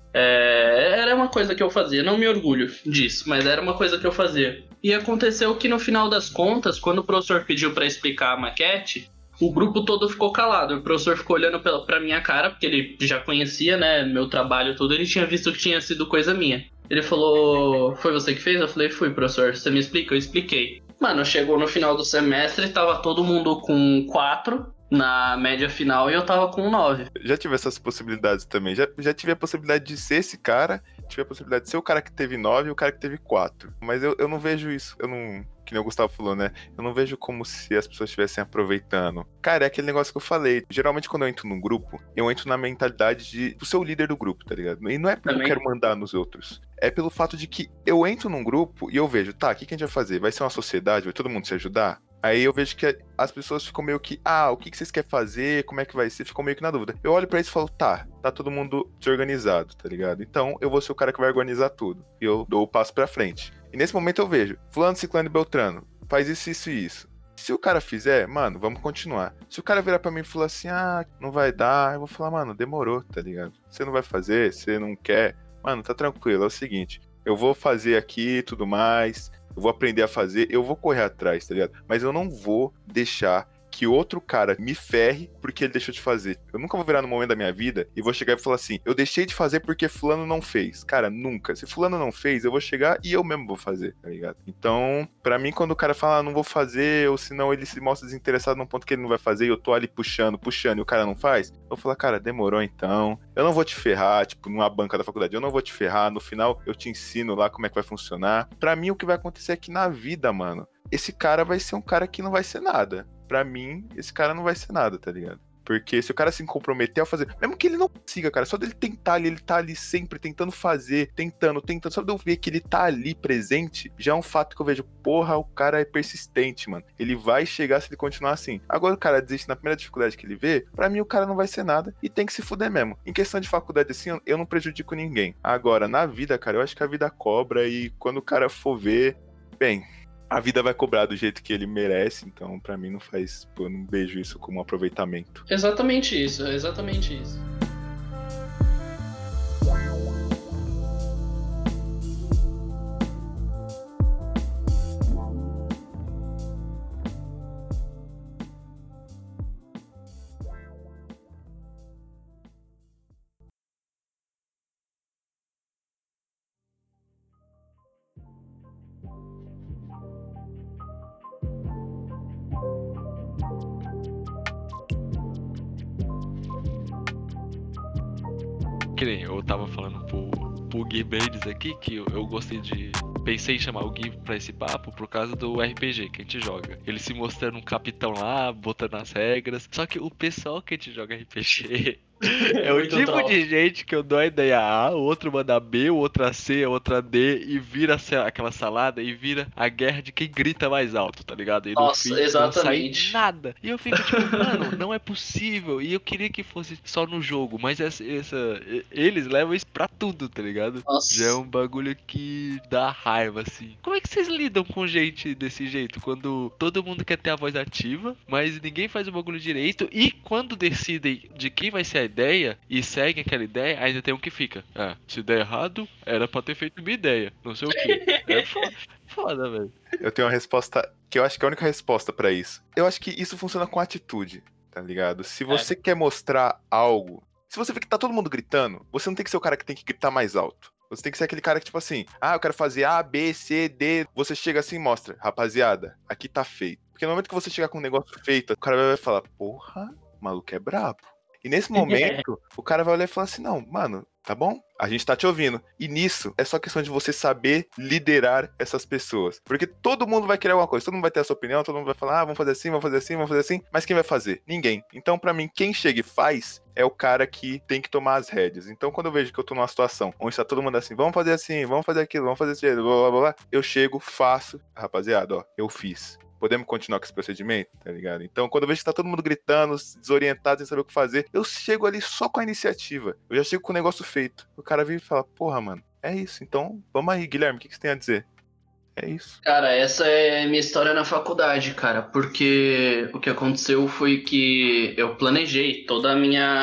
era uma coisa que eu fazia. Não me orgulho disso, mas era uma coisa que eu fazia. E aconteceu que no final das contas, quando o professor pediu pra explicar a maquete, o grupo todo ficou calado. O professor ficou olhando pra minha cara, porque ele já conhecia, né, meu trabalho todo. Ele tinha visto que tinha sido coisa minha. Ele falou, foi você que fez? Eu falei, fui, professor. Você me explica? Eu expliquei. Mano, chegou no final do semestre, tava todo mundo com 4 na média final e eu tava com 9. Já tive essas possibilidades também. Já tive a possibilidade de ser esse cara, tive a possibilidade de ser o cara que teve 9 e o cara que teve 4. Mas eu não vejo isso. Eu não. Que nem o Gustavo falou, né? Eu não vejo como se as pessoas estivessem aproveitando. Cara, é aquele negócio que eu falei. Geralmente, quando eu entro num grupo, eu entro na mentalidade do ser o líder do grupo, tá ligado? E não é porque Também. eu quero mandar nos outros. É pelo fato de que eu entro num grupo e eu vejo, tá, o que a gente vai fazer? Vai ser uma sociedade? Vai todo mundo se ajudar? Aí eu vejo que as pessoas ficam meio que, o que vocês querem fazer? Como é que vai ser? Ficam meio que na dúvida. Eu olho pra eles e falo, tá todo mundo desorganizado, tá ligado? Então eu vou ser o cara que vai organizar tudo. E eu dou o passo pra frente. E nesse momento eu vejo, fulano, ciclano e beltrano, faz isso, isso e isso. Se o cara fizer, mano, vamos continuar. Se o cara virar pra mim e falar assim, não vai dar, eu vou falar, mano, demorou, tá ligado? Você não vai fazer, você não quer, mano, tá tranquilo, é o seguinte, eu vou fazer aqui e tudo mais, eu vou aprender a fazer, eu vou correr atrás, tá ligado? Mas eu não vou deixar que outro cara me ferre porque ele deixou de fazer. Eu nunca vou virar no momento da minha vida e vou chegar e falar assim, eu deixei de fazer porque fulano não fez. Cara, nunca. Se fulano não fez, eu vou chegar e eu mesmo vou fazer, tá ligado? Então, pra mim, quando o cara fala, não vou fazer, ou senão ele se mostra desinteressado num ponto que ele não vai fazer e eu tô ali puxando, e o cara não faz, eu vou falar, cara, demorou então. Eu não vou te ferrar, tipo, numa banca da faculdade, eu não vou te ferrar, no final eu te ensino lá como é que vai funcionar. Pra mim, o que vai acontecer é que na vida, mano, esse cara vai ser um cara que não vai ser nada. Pra mim, esse cara não vai ser nada, tá ligado? Porque se o cara se comprometer a fazer, mesmo que ele não consiga, cara, só dele tentar ali, ele tá ali sempre tentando fazer, tentando, só de eu ver que ele tá ali presente, já é um fato que eu vejo, porra, o cara é persistente, mano. Ele vai chegar se ele continuar assim. Agora o cara desiste na primeira dificuldade que ele vê, pra mim o cara não vai ser nada e tem que se fuder mesmo. Em questão de faculdade assim, eu não prejudico ninguém. Agora, na vida, cara, eu acho que a vida cobra e quando o cara for ver, bem, a vida vai cobrar do jeito que ele merece, então pra mim não faz, eu não vejo isso como um aproveitamento. Exatamente isso, exatamente isso. Que nem eu tava falando pro Gui Mendes aqui, que eu gostei de... Pensei em chamar o Gui pra esse papo por causa do RPG que a gente joga. Ele se mostrando um capitão lá, botando as regras. Só que o pessoal que a gente joga RPG... É o Muito tipo troll. de gente que eu dou a ideia A, o outro manda B, o outro a C, a outra D, e vira aquela salada e vira a guerra de quem grita mais alto, tá ligado? E no Nossa, fim não sai exatamente. nada. E eu fico tipo, mano, não é possível. E eu queria que fosse só no jogo, mas eles levam isso pra tudo, tá ligado? Já é Nossa. um bagulho que dá raiva, assim. Como é que vocês lidam com gente desse jeito? Quando todo mundo quer ter a voz ativa, mas ninguém faz o bagulho direito, e quando decidem de quem vai ser a ideia e seguem aquela ideia, ainda tem um que fica. Se der errado, era pra ter feito minha ideia. Não sei o que. É foda, velho. Eu tenho uma resposta que eu acho que é a única resposta pra isso. Eu acho que isso funciona com atitude, tá ligado? Se você quer mostrar algo, se você vê que tá todo mundo gritando, você não tem que ser o cara que tem que gritar mais alto. Você tem que ser aquele cara que, tipo assim, eu quero fazer A, B, C, D. Você chega assim e mostra, rapaziada, aqui tá feito. Porque no momento que você chegar com um negócio feito, o cara vai falar, porra, o maluco é brabo. E nesse momento, o cara vai olhar e falar assim, não, mano, tá bom? A gente tá te ouvindo. E nisso, é só questão de você saber liderar essas pessoas. Porque todo mundo vai querer alguma coisa, todo mundo vai ter a sua opinião, todo mundo vai falar, vamos fazer assim, vamos fazer assim, vamos fazer assim. Mas quem vai fazer? Ninguém. Então, pra mim, quem chega e faz é o cara que tem que tomar as rédeas. Então, quando eu vejo que eu tô numa situação onde tá todo mundo assim, vamos fazer assim, vamos fazer aquilo, vamos fazer esse jeito, blá, blá, blá, eu chego, faço, rapaziada, ó, eu fiz. podemos continuar com esse procedimento, tá ligado? Então, quando eu vejo que tá todo mundo gritando, desorientado, sem saber o que fazer, eu chego ali só com a iniciativa. Eu já chego com o negócio feito. O cara vem e fala, porra, mano, é isso. Então, vamos aí, Guilherme, o que você tem a dizer? É isso. Cara, essa é minha história na faculdade, cara, porque o que aconteceu foi que eu planejei toda a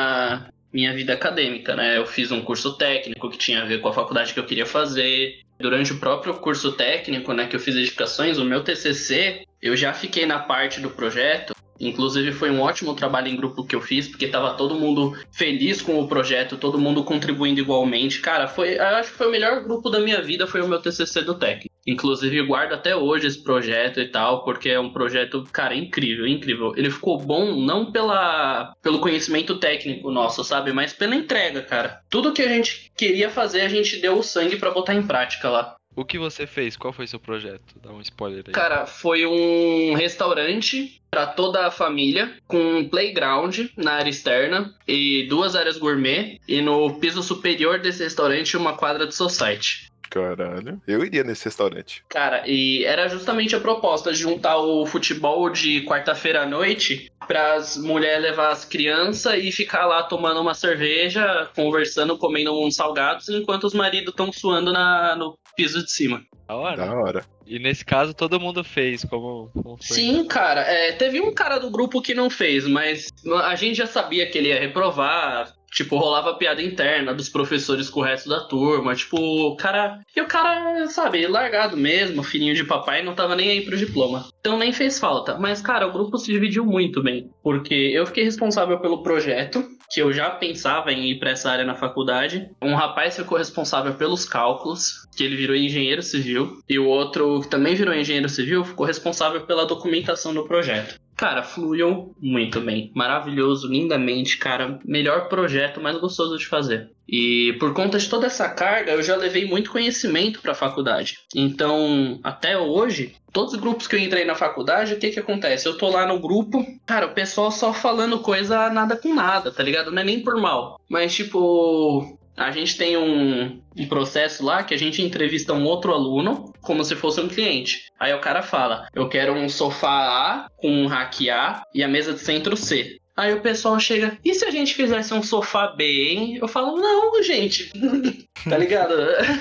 minha vida acadêmica, né? Eu fiz um curso técnico que tinha a ver com a faculdade que eu queria fazer. Durante o próprio curso técnico, né, que eu fiz edificações, o meu TCC, eu já fiquei na parte do projeto. Inclusive foi um ótimo trabalho em grupo que eu fiz, porque tava todo mundo feliz com o projeto, todo mundo contribuindo igualmente. Cara, eu acho que foi o melhor grupo da minha vida, foi o meu TCC do técnico. Inclusive, guardo até hoje esse projeto e tal, porque é um projeto, cara, incrível, incrível. Ele ficou bom não pelo conhecimento técnico nosso, sabe? Mas pela entrega, cara. Tudo que a gente queria fazer, a gente deu o sangue pra botar em prática lá. O que você fez? Qual foi seu projeto? Dá um spoiler aí. Cara, foi um restaurante para toda a família, com um playground na área externa e 2 áreas gourmet. E no piso superior desse restaurante, uma quadra de society. Caralho, eu iria nesse restaurante. Cara, e era justamente a proposta de juntar o futebol de quarta-feira à noite para as mulheres levar as crianças e ficar lá tomando uma cerveja, conversando, comendo uns salgados, enquanto os maridos estão suando no piso de cima. Da hora. Da hora. E nesse caso todo mundo fez, como foi? Sim, cara. Teve um cara do grupo que não fez, mas a gente já sabia que ele ia reprovar. Tipo, rolava piada interna dos professores com o resto da turma. Tipo, o cara... E o cara, sabe, largado mesmo, filhinho de papai, não tava nem aí pro diploma. Então nem fez falta. Mas, cara, o grupo se dividiu muito bem. Porque eu fiquei responsável pelo projeto, que eu já pensava em ir pra essa área na faculdade. Um rapaz ficou responsável pelos cálculos, que ele virou engenheiro civil. E o outro, que também virou engenheiro civil, ficou responsável pela documentação do projeto. Cara, fluiu muito bem. Maravilhoso, lindamente, cara. Melhor projeto, mais gostoso de fazer. E por conta de toda essa carga, eu já levei muito conhecimento pra faculdade. Então, até hoje, todos os grupos que eu entrei na faculdade, o que acontece? Eu tô lá no grupo, cara, o pessoal só falando coisa nada com nada, tá ligado? Não é nem por mal. Mas, tipo... A gente tem um processo lá que a gente entrevista um outro aluno como se fosse um cliente. Aí o cara fala, eu quero um sofá A com um rack A e a mesa de centro C. Aí o pessoal chega, e se a gente fizesse um sofá B, hein? Eu falo, não, gente, tá ligado?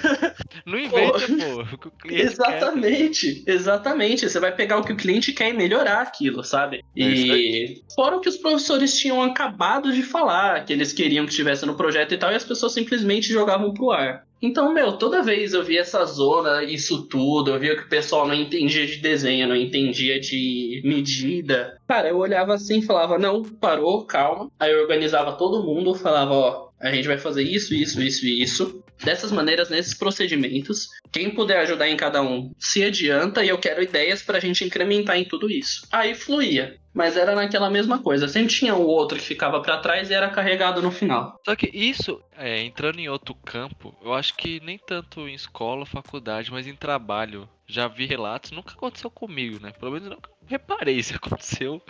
Não inventa, pô. O que o cliente Exatamente, quer. exatamente. Você vai pegar o que o cliente quer e melhorar aquilo, sabe? E fora o que os professores tinham acabado de falar, que eles queriam que estivesse no projeto e tal, e as pessoas simplesmente jogavam pro ar. Então, toda vez eu via essa zona, isso tudo, eu via que o pessoal não entendia de desenho, não entendia de medida. Cara, eu olhava assim e falava, não, parou, calma. Aí eu organizava todo mundo, falava, ó, a gente vai fazer isso, isso, isso e isso. Dessas maneiras, nesses procedimentos, quem puder ajudar em cada um se adianta e eu quero ideias pra gente incrementar em tudo isso. Aí fluía. Mas era naquela mesma coisa. Sempre tinha o outro que ficava pra trás e era carregado no final. Só que isso, entrando em outro campo, eu acho que nem tanto em escola, faculdade, mas em trabalho. Já vi relatos, nunca aconteceu comigo, né? Pelo menos nunca reparei se aconteceu.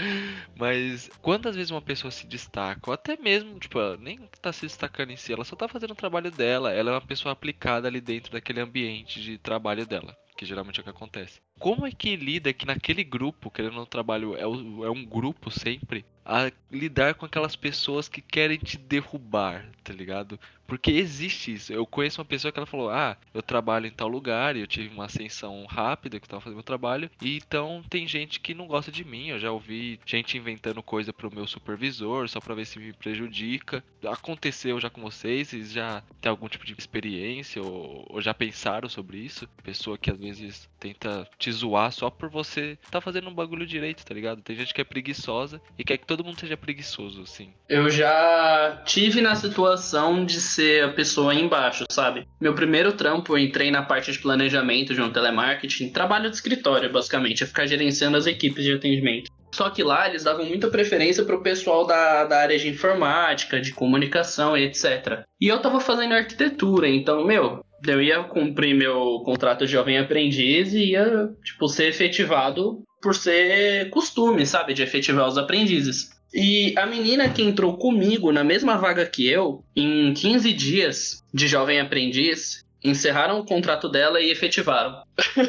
Mas quantas vezes uma pessoa se destaca, ou até mesmo, tipo, ela nem tá se destacando em si, ela só tá fazendo o trabalho dela, ela é uma pessoa aplicada ali dentro daquele ambiente de trabalho dela. Que geralmente é o que acontece. Como é que lida que naquele grupo, querendo ou não, trabalho é um grupo sempre, a lidar com aquelas pessoas que querem te derrubar, tá ligado? Porque existe isso. Eu conheço uma pessoa que ela falou, eu trabalho em tal lugar e eu tive uma ascensão rápida que eu tava fazendo meu trabalho, e então tem gente que não gosta de mim. Eu já ouvi gente inventando coisa pro meu supervisor só pra ver se me prejudica. Aconteceu já com vocês? Vocês já têm algum tipo de experiência ou já pensaram sobre isso? Pessoa que às vezes tenta te zoar só por você tá fazendo um bagulho direito, tá ligado? Tem gente que é preguiçosa e quer que todo mundo seja preguiçoso, assim. Eu já tive na situação de ser a pessoa embaixo, sabe? Meu primeiro trampo, eu entrei na parte de planejamento de um telemarketing, trabalho de escritório, basicamente, é ficar gerenciando as equipes de atendimento. Só que lá eles davam muita preferência pro pessoal da área de informática, de comunicação e etc. E eu tava fazendo arquitetura, então, eu ia cumprir meu contrato de jovem aprendiz e ia, ser efetivado por ser costume, sabe? De efetivar os aprendizes. E a menina que entrou comigo na mesma vaga que eu, em 15 dias de jovem aprendiz, Encerraram o contrato dela e efetivaram.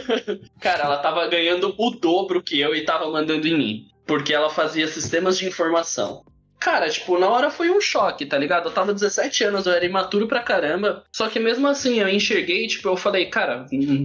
Cara, ela tava ganhando o dobro que eu e tava mandando em mim. Porque ela fazia sistemas de informação. Cara, tipo, na hora foi um choque, tá ligado? Eu tava 17 anos, eu era imaturo pra caramba. Só que mesmo assim, eu enxerguei, tipo, eu falei, cara,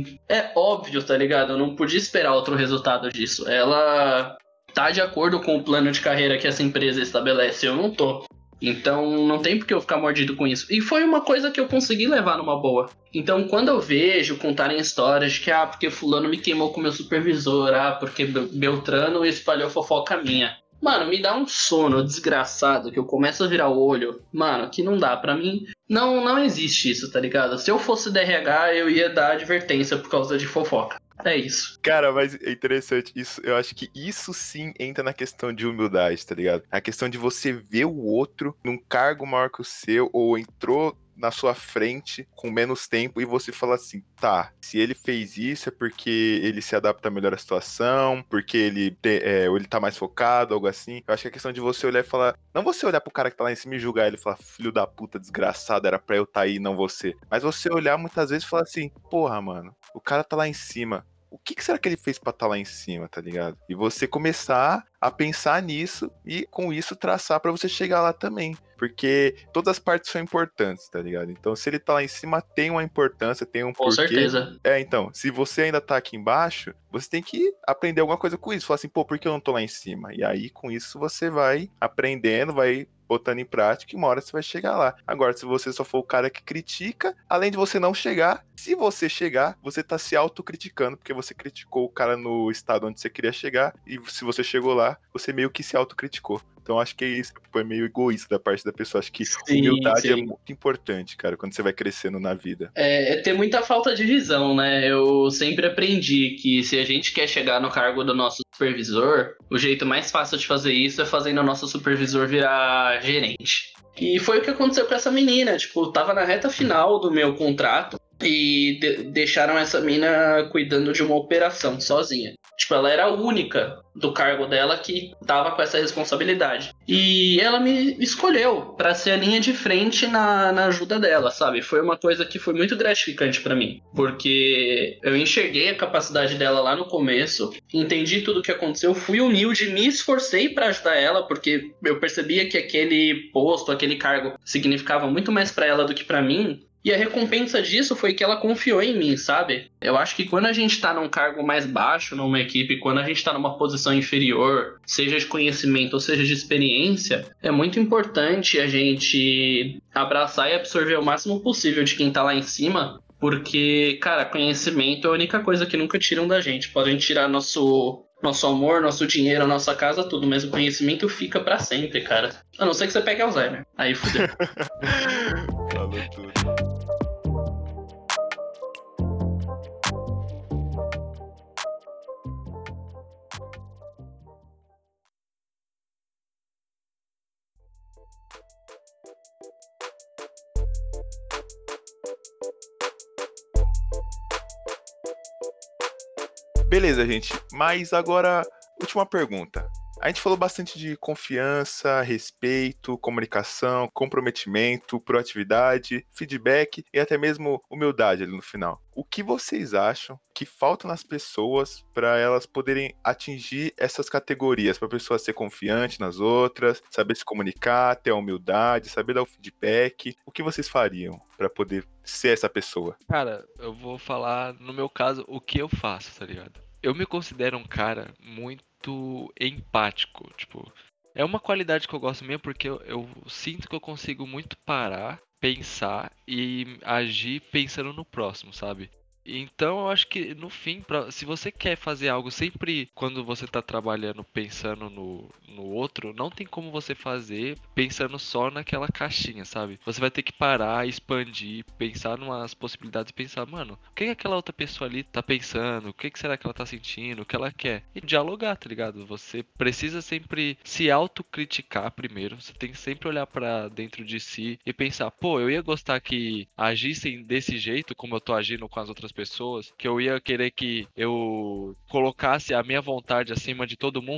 é óbvio, tá ligado? Eu não podia esperar outro resultado disso. Ela tá de acordo com o plano de carreira que essa empresa estabelece, eu não tô. Então não tem por que eu ficar mordido com isso. E foi uma coisa que eu consegui levar numa boa. Então quando eu vejo contarem histórias de que, porque fulano me queimou com meu supervisor, porque Beltrano espalhou fofoca minha. Mano, me dá um sono desgraçado que eu começo a virar o olho. Mano, que não dá. Pra mim, não existe isso, tá ligado? Se eu fosse DRH, eu ia dar advertência por causa de fofoca. É isso. Cara, mas é interessante isso. Eu acho que isso sim entra na questão de humildade, tá ligado? A questão de você ver o outro num cargo maior que o seu, ou entrou na sua frente com menos tempo e você fala assim, tá, se ele fez isso é porque ele se adapta melhor à situação, porque ou ele tá mais focado, algo assim. Eu acho que é questão de você olhar e falar, não você olhar pro cara que tá lá em cima e julgar ele e falar, filho da puta, desgraçado, era pra eu tá aí, não você. Mas você olhar muitas vezes e falar assim, porra, mano, o cara tá lá em cima. O que será que ele fez pra estar lá em cima, tá ligado? E você começar a pensar nisso e com isso traçar pra você chegar lá também. Porque todas as partes são importantes, tá ligado? Então, se ele tá lá em cima, tem uma importância, tem um Com porquê. certeza. Então, se você ainda tá aqui embaixo, você tem que aprender alguma coisa com isso. Falar assim, pô, por que eu não tô lá em cima? E aí, com isso, você vai aprendendo, vai botando em prática e uma hora você vai chegar lá. Agora, se você só for o cara que critica, além de você não chegar, se você chegar, você tá se autocriticando, porque você criticou o cara no estado onde você queria chegar, e se você chegou lá, você meio que se autocriticou. Então acho que isso foi meio egoísta da parte da pessoa. Acho que Sim, humildade é sim. muito importante, cara, quando você vai crescendo na vida. É ter muita falta de visão, né? Eu sempre aprendi que se a gente quer chegar no cargo do nosso supervisor, o jeito mais fácil de fazer isso é fazendo o nosso supervisor virar gerente. E foi o que aconteceu com essa menina. Tipo, tava na reta final do meu contrato e deixaram essa mina cuidando de uma operação sozinha. Tipo, ela era a única do cargo dela que tava com essa responsabilidade. E ela me escolheu pra ser a linha de frente na ajuda dela, sabe? Foi uma coisa que foi muito gratificante pra mim, porque eu enxerguei a capacidade dela lá no começo, entendi tudo o que aconteceu, fui humilde, me esforcei pra ajudar ela, porque eu percebia que aquele posto, aquele cargo significava muito mais pra ela do que pra mim. E a recompensa disso foi que ela confiou em mim, sabe? Eu acho que quando a gente tá num cargo mais baixo numa equipe, quando a gente tá numa posição inferior, seja de conhecimento ou seja de experiência, é muito importante a gente abraçar e absorver o máximo possível de quem tá lá em cima, porque, cara, conhecimento é a única coisa que nunca tiram da gente. Podem tirar nosso amor, nosso dinheiro, nossa casa, tudo, mas o conhecimento fica pra sempre, cara. A não ser que você pegue Alzheimer. Aí fudeu. Falou tudo. Beleza, gente. Mas agora, última pergunta. A gente falou bastante de confiança, respeito, comunicação, comprometimento, proatividade, feedback e até mesmo humildade ali no final. O que vocês acham que falta nas pessoas para elas poderem atingir essas categorias? Para a pessoa ser confiante nas outras, saber se comunicar, ter a humildade, saber dar o feedback. O que vocês fariam para poder ser essa pessoa? Cara, eu vou falar, no meu caso, o que eu faço, tá ligado? Eu me considero um cara muito empático, tipo, é uma qualidade que eu gosto mesmo porque eu sinto que eu consigo muito parar, pensar e agir pensando no próximo, sabe? Então eu acho que no fim, se você quer fazer algo sempre quando você tá trabalhando pensando no outro, não tem como você fazer pensando só naquela caixinha, sabe? Você vai ter que parar, expandir, pensar numas possibilidades e pensar, mano, o que que aquela outra pessoa ali tá pensando? O que que será que ela tá sentindo? O que ela quer? E dialogar, tá ligado? Você precisa sempre se autocriticar primeiro. Você tem que sempre olhar pra dentro de si e pensar, pô, eu ia gostar que agissem desse jeito como eu tô agindo com as outras pessoas, que eu ia querer que eu colocasse a minha vontade acima de todo mundo. Então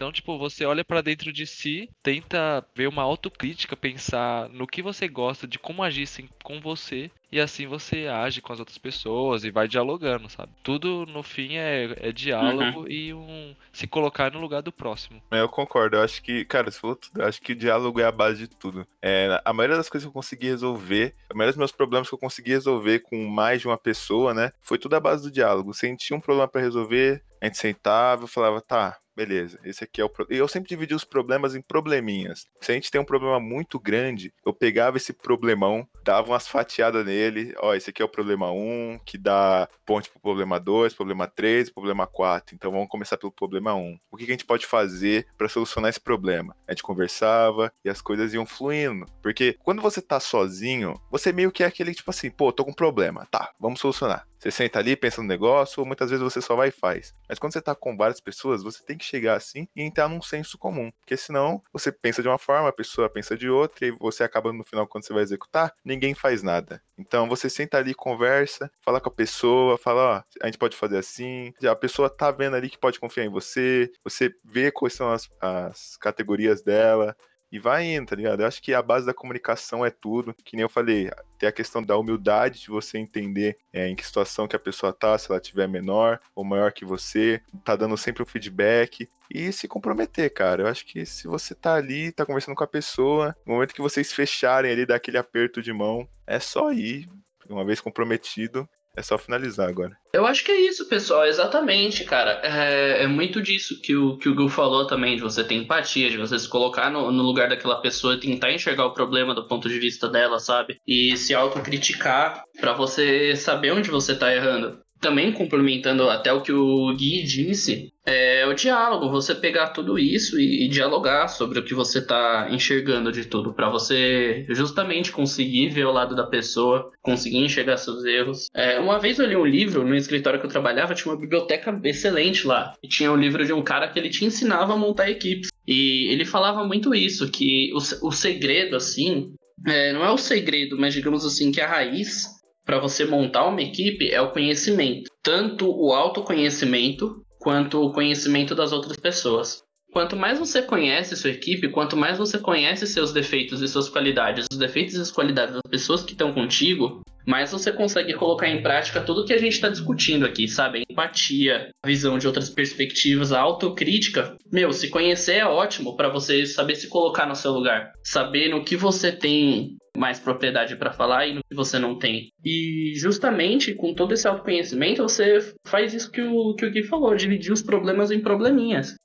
Então, tipo, você olha pra dentro de si, tenta ver uma autocrítica, pensar no que você gosta, de como agissem com você, e assim você age com as outras pessoas e vai dialogando, sabe? Tudo no fim é diálogo e se colocar no lugar do próximo. Eu concordo, eu acho que, cara, você falou tudo, eu acho que o diálogo é a base de tudo. A maioria das coisas que eu consegui resolver, a maioria dos meus problemas que eu consegui resolver com mais de uma pessoa, né, foi tudo a base do diálogo. Se a gente tinha um problema pra resolver, a gente sentava e falava, tá, beleza, esse aqui é o problema. E eu sempre dividi os problemas em probleminhas. Se a gente tem um problema muito grande, eu pegava esse problemão, dava umas fatiadas nele, ó, esse aqui é o problema 1, que dá ponte pro problema 2, problema 3, problema 4. Então vamos começar pelo problema 1. O que a gente pode fazer para solucionar esse problema? A gente conversava e as coisas iam fluindo. Porque quando você tá sozinho, você meio que é aquele tipo assim, pô, tô com um problema, tá, vamos solucionar. Você senta ali, pensa no negócio, ou muitas vezes você só vai e faz. Mas quando você tá com várias pessoas, você tem que chegar assim e entrar num senso comum. Porque senão, você pensa de uma forma, a pessoa pensa de outra, e você acaba no final, quando você vai executar, ninguém faz nada. Então, você senta ali, conversa, fala com a pessoa, fala, ó, a gente pode fazer assim. A pessoa tá vendo ali que pode confiar em você, você vê quais são as categorias dela, e vai indo, tá ligado? Eu acho que a base da comunicação é tudo. Que nem eu falei, tem a questão da humildade de você entender em que situação que a pessoa tá, se ela tiver menor ou maior que você, tá dando sempre um feedback e se comprometer, cara. Eu acho que se você tá ali, tá conversando com a pessoa, no momento que vocês fecharem ali, dar aquele aperto de mão, é só ir. Uma vez comprometido, é só finalizar agora. Eu acho que é isso, pessoal, exatamente, cara. É muito disso que o Gu falou também, de você ter empatia, de você se colocar no lugar daquela pessoa e tentar enxergar o problema do ponto de vista dela, sabe? E se autocriticar pra você saber onde você tá errando. Também complementando até o que o Gui disse, é o diálogo, você pegar tudo isso e dialogar sobre o que você tá enxergando de tudo, pra você justamente conseguir ver o lado da pessoa, conseguir enxergar seus erros. Uma vez eu li um livro no escritório que eu trabalhava, tinha uma biblioteca excelente lá, e tinha um livro de um cara que ele te ensinava a montar equipes, e ele falava muito isso, que o segredo, assim, não é o segredo, mas digamos assim, que a raiz para você montar uma equipe é o conhecimento. Tanto o autoconhecimento, quanto o conhecimento das outras pessoas. Quanto mais você conhece sua equipe, quanto mais você conhece seus defeitos e suas qualidades, os defeitos e as qualidades das pessoas que estão contigo, mais você consegue colocar em prática tudo que a gente está discutindo aqui, sabe? A empatia, a visão de outras perspectivas, a autocrítica. Se conhecer é ótimo para você saber se colocar no seu lugar. Saber no que você tem mais propriedade para falar e no que você não tem. E justamente com todo esse autoconhecimento, você faz isso que o Gui falou, dividir os problemas em probleminhas.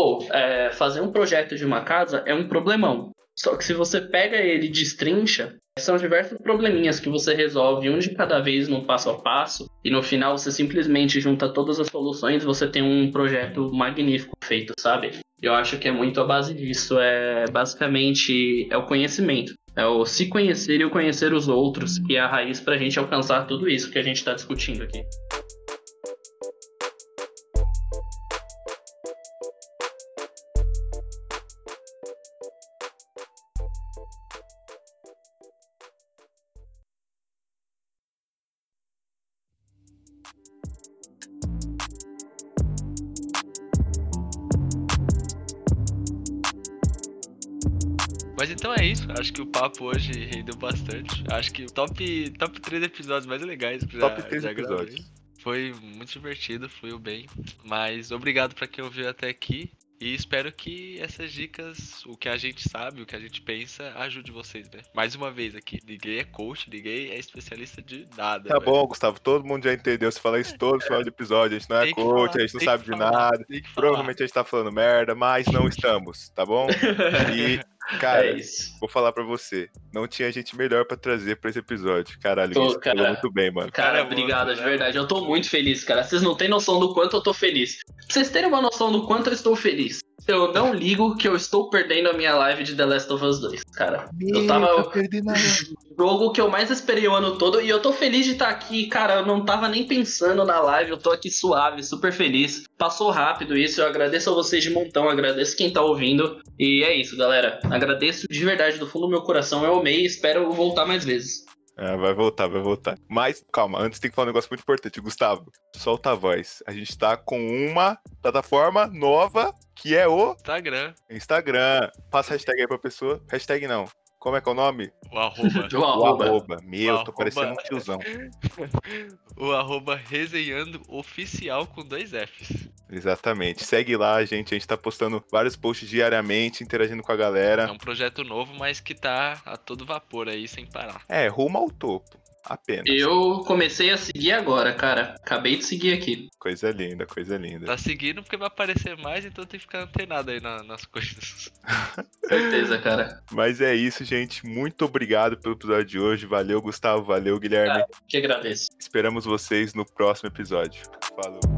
Fazer um projeto de uma casa é um problemão. Só que se você pega ele e destrincha, são diversos probleminhas que você resolve um de cada vez no passo a passo, e no final você simplesmente junta todas as soluções e você tem um projeto magnífico feito, sabe? Eu acho que é muito a base disso, basicamente o conhecimento. É o se conhecer e o conhecer os outros, que é a raiz pra gente alcançar tudo isso que a gente tá discutindo aqui. Mas então é isso, acho que o papo hoje rendeu bastante. Acho que top 3 episódios mais legais que Top 3 episódios. gravei. Foi muito divertido, fluiu bem. Mas obrigado pra quem ouviu até aqui. E espero que essas dicas, o que a gente sabe, o que a gente pensa, ajude vocês, né? Mais uma vez aqui, ninguém é coach, ninguém é especialista de nada. Tá bom, Gustavo, todo mundo já entendeu. Você fala isso todo final de episódio. A gente não é coach, a gente não sabe de nada. Provavelmente a gente tá falando merda, mas não estamos, tá bom? E, cara, vou falar pra você. Não tinha gente melhor pra trazer pra esse episódio. Caralho, isso falou muito bem, mano. Cara, obrigado, de verdade. Eu tô muito feliz, cara. Vocês não têm noção do quanto eu tô feliz. Pra vocês terem uma noção do quanto eu estou feliz. Eu não ligo que eu estou perdendo a minha live de The Last of Us 2, cara. Eu tava... jogo que eu mais esperei o ano todo. E eu tô feliz de estar aqui, cara. Eu não tava nem pensando na live. Eu tô aqui suave, super feliz. Passou rápido isso. Eu agradeço a vocês de montão. Agradeço quem tá ouvindo. E é isso, galera. Agradeço de verdade, do fundo do meu coração. Eu amei e espero voltar mais vezes. Vai voltar, vai voltar. Mas, calma, antes tem que falar um negócio muito importante. Gustavo, solta a voz. A gente tá com uma plataforma nova, que é o Instagram. Passa a hashtag aí pra pessoa. Hashtag não. Como é que é o nome? O arroba. O arroba. Meu, tô arroba... parecendo um tiozão. O arroba resenhando oficial com 2 Fs. Exatamente. Segue lá, gente. A gente tá postando vários posts diariamente, interagindo com a galera. É um projeto novo, mas que tá a todo vapor aí, sem parar. Rumo ao topo. Apenas. Eu comecei a seguir agora, cara. Acabei de seguir aqui. Coisa linda, coisa linda. Tá seguindo porque vai aparecer mais, então tem que ficar antenado aí nas coisas. Certeza, cara. Mas é isso, gente. Muito obrigado pelo episódio de hoje. Valeu, Gustavo. Valeu, Guilherme. Que agradeço. Esperamos vocês no próximo episódio. Falou.